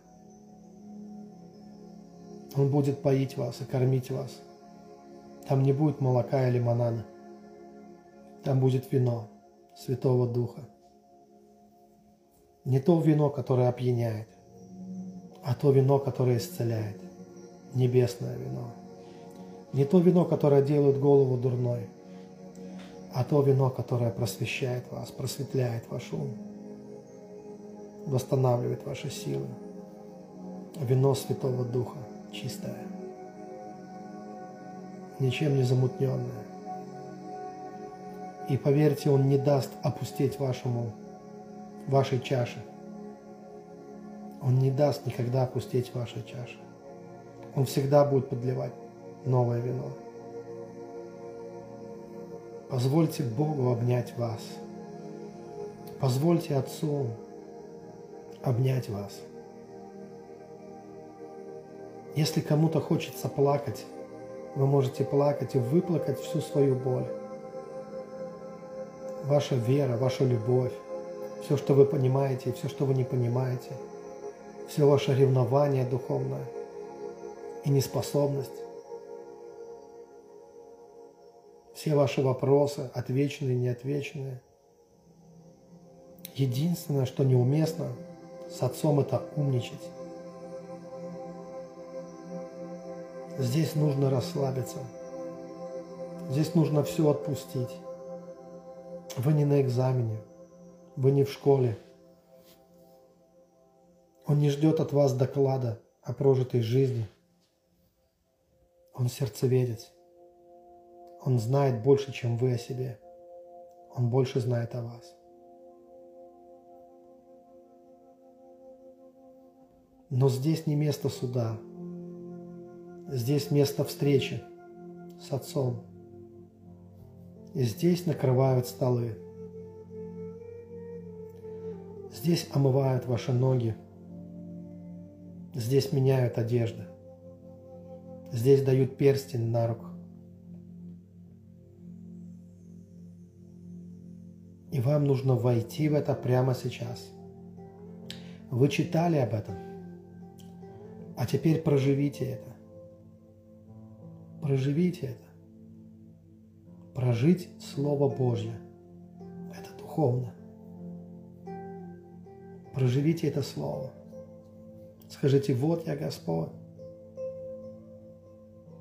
Он будет поить вас и кормить вас. Там не будет молока и лимонада. Там будет вино Святого Духа. Не то вино, которое опьяняет, а то вино, которое исцеляет. Небесное вино. Не то вино, которое делает голову дурной, а то вино, которое просвещает вас, просветляет ваш ум, восстанавливает ваши силы. Вино Святого Духа, чистое, ничем не замутненное. И поверьте, Он не даст опустеть вашей чаше. Он не даст никогда опустеть вашей чаше. Он всегда будет подливать новое вино. Позвольте Богу обнять вас. Позвольте Отцу обнять вас. Если кому-то хочется плакать, вы можете плакать и выплакать всю свою боль. Ваша вера, ваша любовь, все, что вы понимаете, и все, что вы не понимаете, все ваше ревнование духовное и неспособность, все ваши вопросы, отвеченные и неотвеченные. Единственное, что неуместно с Отцом, это умничать. Здесь нужно расслабиться. Здесь нужно все отпустить. Вы не на экзамене, вы не в школе. Он не ждет от вас доклада о прожитой жизни. Он сердцеведец. Он знает больше, чем вы о себе. Он больше знает о вас. Но здесь не место суда. Здесь место встречи с Отцом. И здесь накрывают столы. Здесь омывают ваши ноги. Здесь меняют одежды. Здесь дают перстень на руку. И вам нужно войти в это прямо сейчас. Вы читали об этом, а теперь проживите это. Проживите это. Прожить Слово Божье – это духовно. Проживите это Слово. Скажите: вот я, Господь.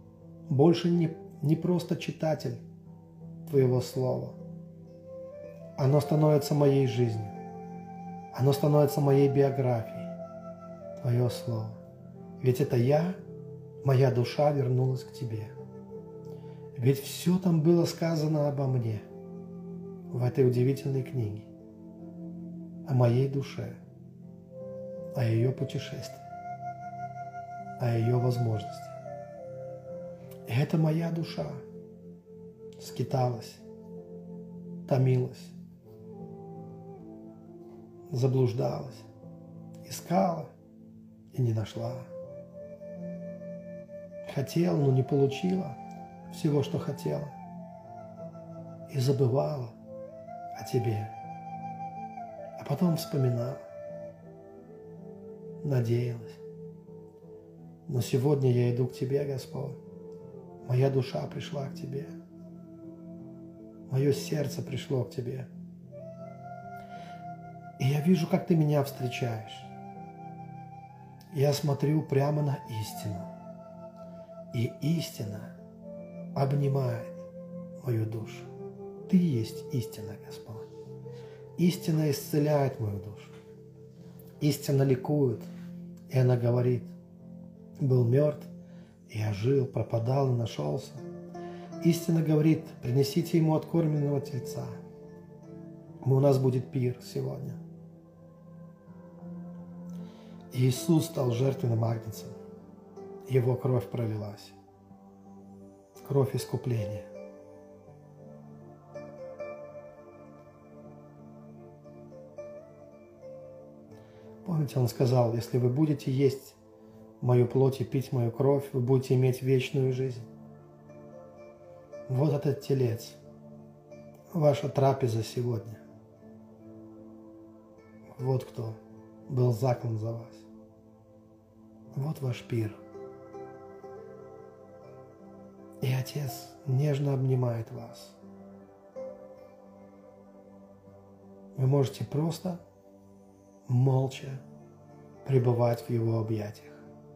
Больше не просто читатель Твоего Слова, оно становится моей жизнью. Оно становится моей биографией. Твое Слово. Ведь это я, моя душа вернулась к Тебе. Ведь все там было сказано обо мне в этой удивительной книге. О моей душе, о ее путешествии, о ее возможности. И это моя душа скиталась, томилась, заблуждалась, искала и не нашла. Хотела, но не получила всего, что хотела. И забывала о Тебе. А потом вспоминала, надеялась. Но сегодня я иду к Тебе, Господь. Моя душа пришла к Тебе. Мое сердце пришло к Тебе. И я вижу, как Ты меня встречаешь. Я смотрю прямо на истину. И истина обнимает мою душу. Ты есть истина, Господь. Истина исцеляет мою душу. Истина ликует, и она говорит: был мертв, и ожил, пропадал и нашелся. Истина говорит: принесите ему откормленного тельца. У нас будет пир сегодня. Иисус стал жертвенным агнцем. Его кровь пролилась. Кровь искупления. Помните, Он сказал: если вы будете есть мою плоть и пить мою кровь, вы будете иметь вечную жизнь. Вот этот телец, ваша трапеза сегодня. Вот кто был заклан за вас. Вот ваш пир. И Отец нежно обнимает вас. Вы можете просто молча пребывать в Его объятиях.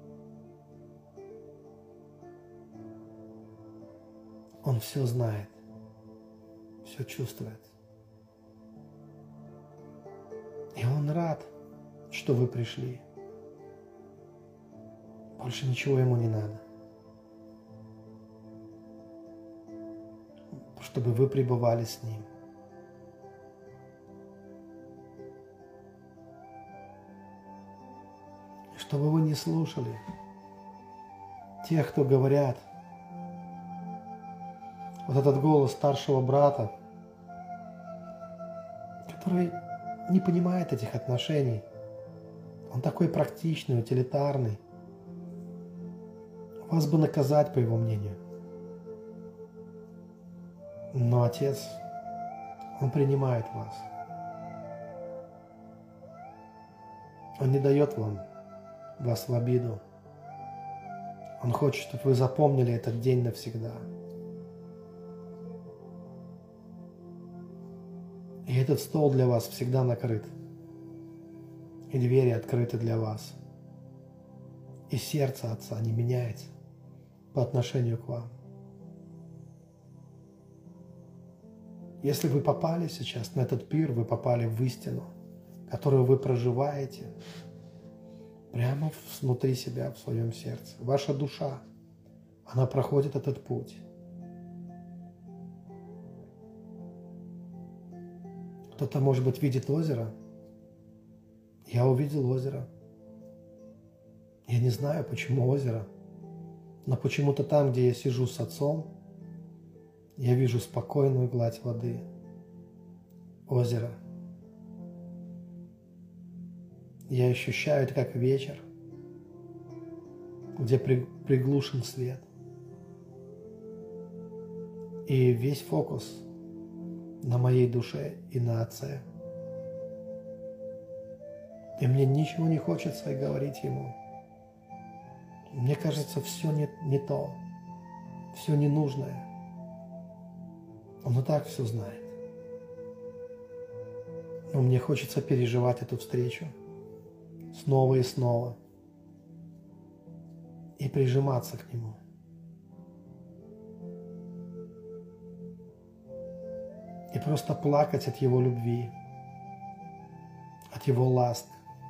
Он все знает, все чувствует. И Он рад, что вы пришли. Больше ничего Ему не надо. Чтобы вы пребывали с Ним. Чтобы вы не слушали тех, кто говорят. Вот этот голос старшего брата, который не понимает этих отношений. Он такой практичный, утилитарный. Вас бы наказать, по его мнению. Но Отец, Он принимает вас. Он не дает вас в обиду. Он хочет, чтобы вы запомнили этот день навсегда. И этот стол для вас всегда накрыт. И двери открыты для вас. И сердце Отца не меняется по отношению к вам. Если вы попали сейчас на этот пир, вы попали в истину, которую вы проживаете прямо внутри себя, в своем сердце. Ваша душа, она проходит этот путь. Кто-то, может быть, видит озеро. Я увидел озеро. Я не знаю, почему озеро, но почему-то там, где я сижу с Отцом, я вижу спокойную гладь воды, озеро. Я ощущаю это как вечер, где приглушен свет. И весь фокус на моей душе и на Отце. И мне ничего не хочется и говорить Ему. Мне кажется, все не то, все ненужное. Он и так все знает. Но мне хочется переживать эту встречу снова и снова и прижиматься к Нему. и просто плакать от Его любви, от Его ласк,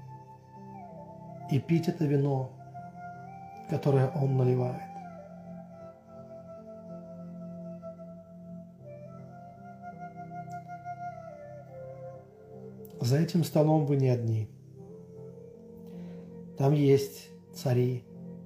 и пить это вино, которое Он наливает. За этим столом вы не одни. Там есть цари,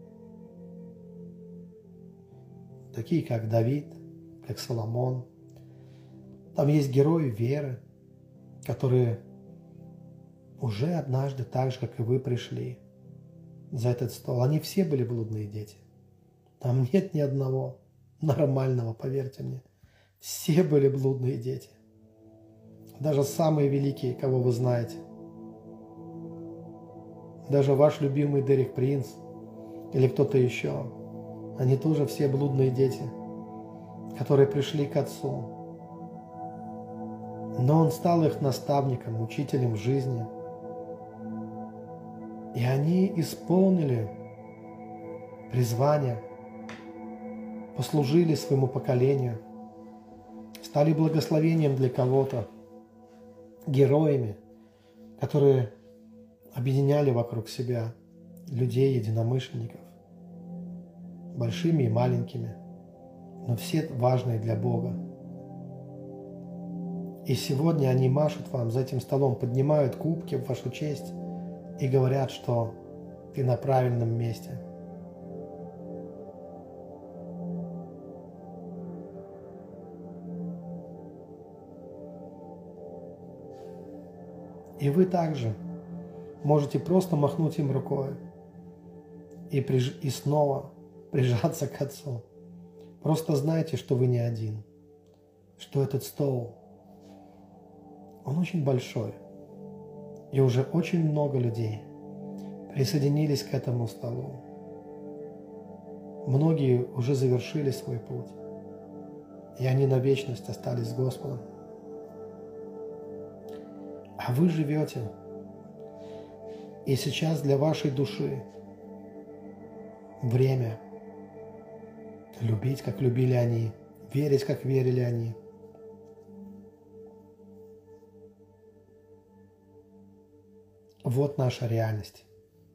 такие как Давид, как Соломон. Там есть герои веры, которые уже однажды, так же, как и вы, пришли за этот стол. Они все были блудные дети. Там нет ни одного нормального, поверьте мне. Все были блудные дети. Даже самые великие, кого вы знаете. Даже ваш любимый Дерек Принц или кто-то еще. Они тоже все блудные дети, которые пришли к Отцу. Но Он стал их наставником, учителем жизни. И они исполнили призвание, послужили своему поколению, стали благословением для кого-то, героями, которые объединяли вокруг себя людей, единомышленников, большими и маленькими, но все важные для Бога. И сегодня они машут вам за этим столом, поднимают кубки в вашу честь и говорят, что ты на правильном месте. И вы также можете просто махнуть им рукой и снова прижаться к Отцу. Просто знайте, что вы не один, что этот стол, он очень большой, и уже очень много людей присоединились к этому столу. Многие уже завершили свой путь, и они на вечность остались с Господом. А вы живете, и сейчас для вашей души время любить, как любили они, верить, как верили они. Вот наша реальность.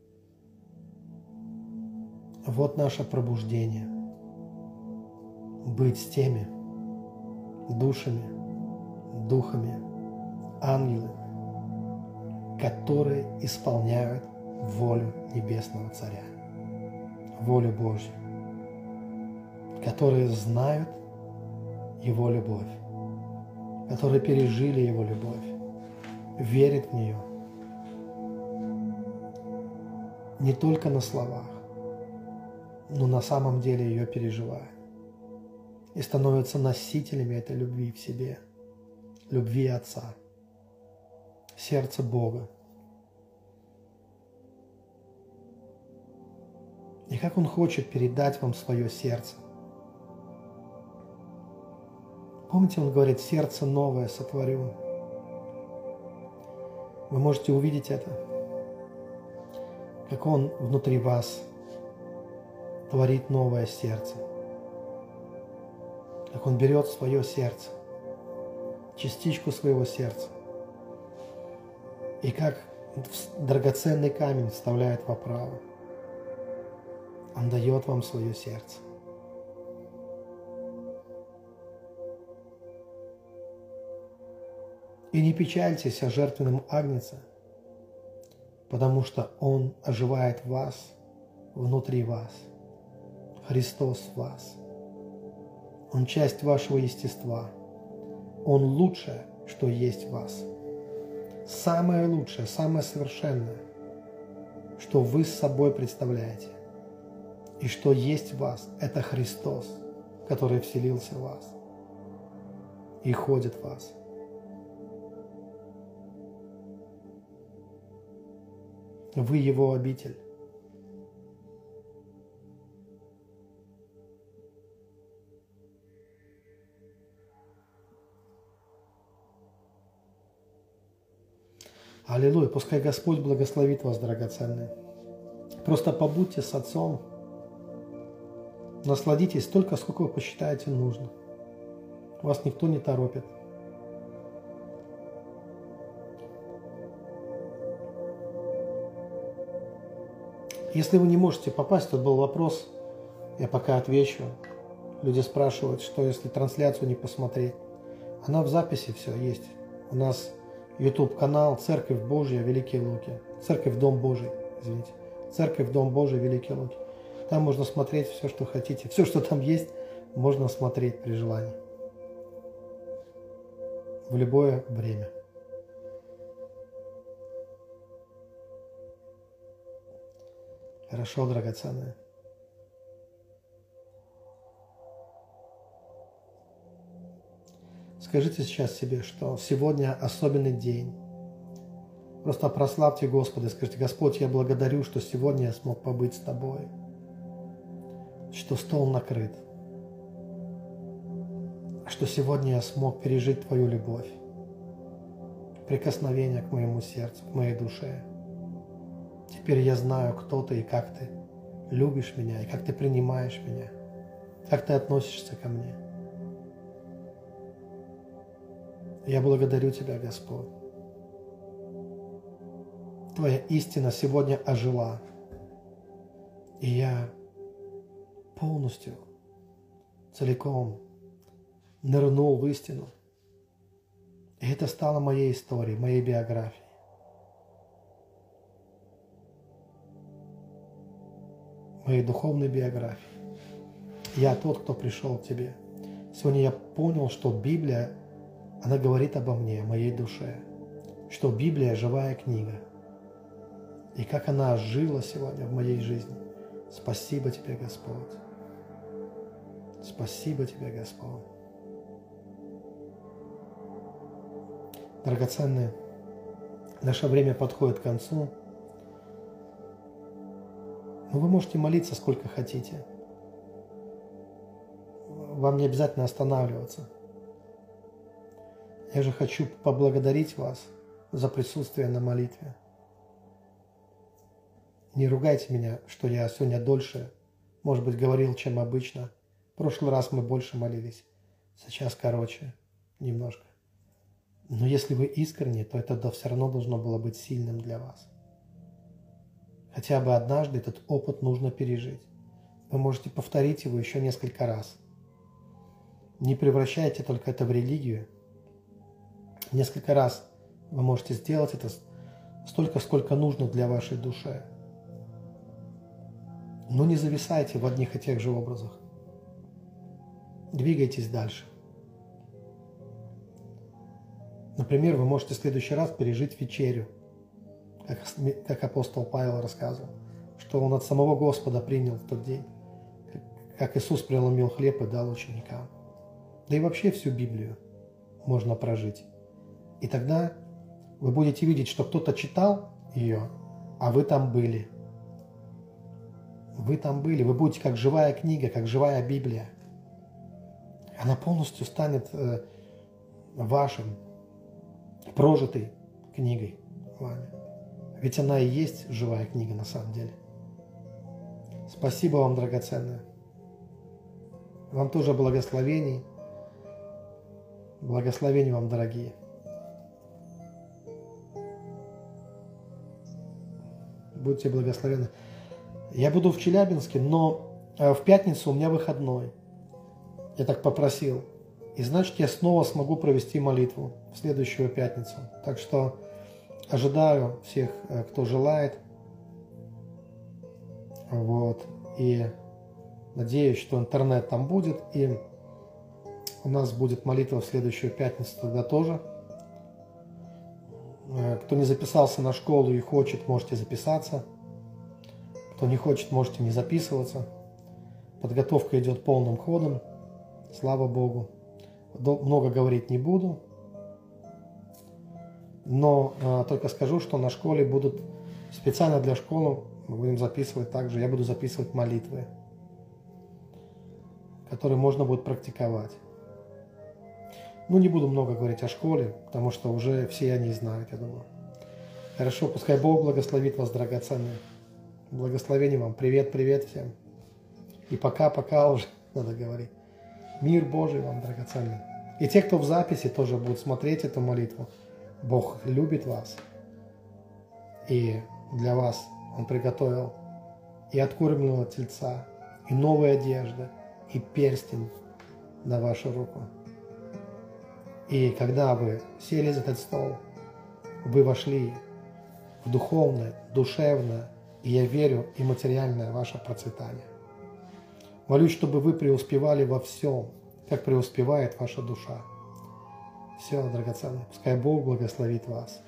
Вот наше пробуждение. Быть с теми душами, духами, ангелами, которые исполняют волю Небесного Царя, волю Божью, которые знают Его любовь, которые пережили Его любовь, верят в нее не только на словах, но на самом деле ее переживают и становятся носителями этой любви в себе, любви Отца, сердца Бога. И как Он хочет передать вам свое сердце. Помните, Он говорит: сердце новое сотворю. Вы можете увидеть это, как Он внутри вас творит новое сердце, как Он берет свое сердце, частичку своего сердца, и как драгоценный камень вставляет в оправу. Он дает вам свое сердце. И не печальтесь о жертвенном агнце, потому что Он оживает в вас, внутри вас. Христос в вас. Он часть вашего естества. Он лучшее, что есть в вас. Самое лучшее, самое совершенное, что вы с собой представляете. И что есть в вас, это Христос, который вселился в вас и ходит в вас. Вы Его обитель. Аллилуйя! Пускай Господь благословит вас, драгоценные. Просто побудьте с Отцом. Насладитесь столько, сколько вы посчитаете нужно. Вас никто не торопит. Если вы не можете попасть, тут был вопрос, я пока отвечу. Люди спрашивают, что если трансляцию не посмотреть. Она в записи все есть. У нас YouTube-канал «Церковь Божья Великие Луки». «Церковь Дом Божий», извините. «Церковь Дом Божий Великие Луки». Там можно смотреть все, что хотите. Все, что там есть, можно смотреть при желании. В любое время. Хорошо, драгоценные. Скажите сейчас себе, что сегодня особенный день. Просто прославьте Господа и скажите: Господь, я благодарю, что сегодня я смог побыть с Тобой, что стол накрыт, что сегодня я смог пережить Твою любовь, прикосновение к моему сердцу, к моей душе. Теперь я знаю, кто Ты и как Ты любишь меня, и как Ты принимаешь меня, как Ты относишься ко мне. Я благодарю Тебя, Господь. Твоя истина сегодня ожила, и я полностью, целиком нырнул в истину. И это стало моей историей, моей биографией. Моей духовной биографией. Я тот, кто пришел к Тебе. Сегодня я понял, что Библия, она говорит обо мне, о моей душе. Что Библия – живая книга. И как она жила сегодня в моей жизни. Спасибо Тебе, Господь. Спасибо Тебе, Господь. Драгоценные, наше время подходит к концу. Но вы можете молиться сколько хотите. Вам не обязательно останавливаться. Я же хочу поблагодарить вас за присутствие на молитве. Не ругайте меня, что я сегодня дольше, может быть, говорил, чем обычно. В прошлый раз мы больше молились, сейчас короче немножко. Но если вы искренне, то это все равно должно было быть сильным для вас. Хотя бы однажды этот опыт нужно пережить. Вы можете повторить его еще несколько раз. Не превращайте только это в религию. Несколько раз вы можете сделать это столько, сколько нужно для вашей души. Но не зависайте в одних и тех же образах. Двигайтесь дальше. Например, вы можете в следующий раз пережить вечерю, как апостол Павел рассказывал, что он от самого Господа принял в тот день, как Иисус преломил хлеб и дал ученикам. Да и вообще всю Библию можно прожить. И тогда вы будете видеть, что кто-то читал ее, а вы там были. Вы там были. Вы будете как живая книга, как живая Библия. Она полностью станет вашим, прожитой книгой вами. Ведь она и есть живая книга на самом деле. Спасибо вам, драгоценные. Вам тоже благословений. Благословений вам, дорогие. Будьте благословенны. Я буду в Челябинске, но в пятницу у меня выходной. Я так попросил. И значит, я снова смогу провести молитву в следующую пятницу. Так что ожидаю всех, кто желает. Вот. И надеюсь, что интернет там будет. И у нас будет молитва в следующую пятницу тогда тоже. Кто не записался на школу и хочет, можете записаться. Кто не хочет, можете не записываться. Подготовка идет полным ходом. Слава Богу. Много говорить не буду. Но только скажу, что на школе будут специально для школы, мы будем записывать также, я буду записывать молитвы, которые можно будет практиковать. Ну, не буду много говорить о школе, потому что уже все они знают, я думаю. Хорошо, пускай Бог благословит вас, драгоценные. Благословений вам. Привет, привет всем. И пока-пока уже надо говорить. Мир Божий вам, драгоценный. И те, кто в записи, тоже будут смотреть эту молитву. Бог любит вас. И для вас Он приготовил и откормленного тельца, и новая одежда, и перстень на вашу руку. И когда вы сели за этот стол, вы вошли в духовное, душевное, и я верю, и материальное ваше процветание. Молюсь, чтобы вы преуспевали во всем, как преуспевает ваша душа. Все, драгоценные, пускай Бог благословит вас.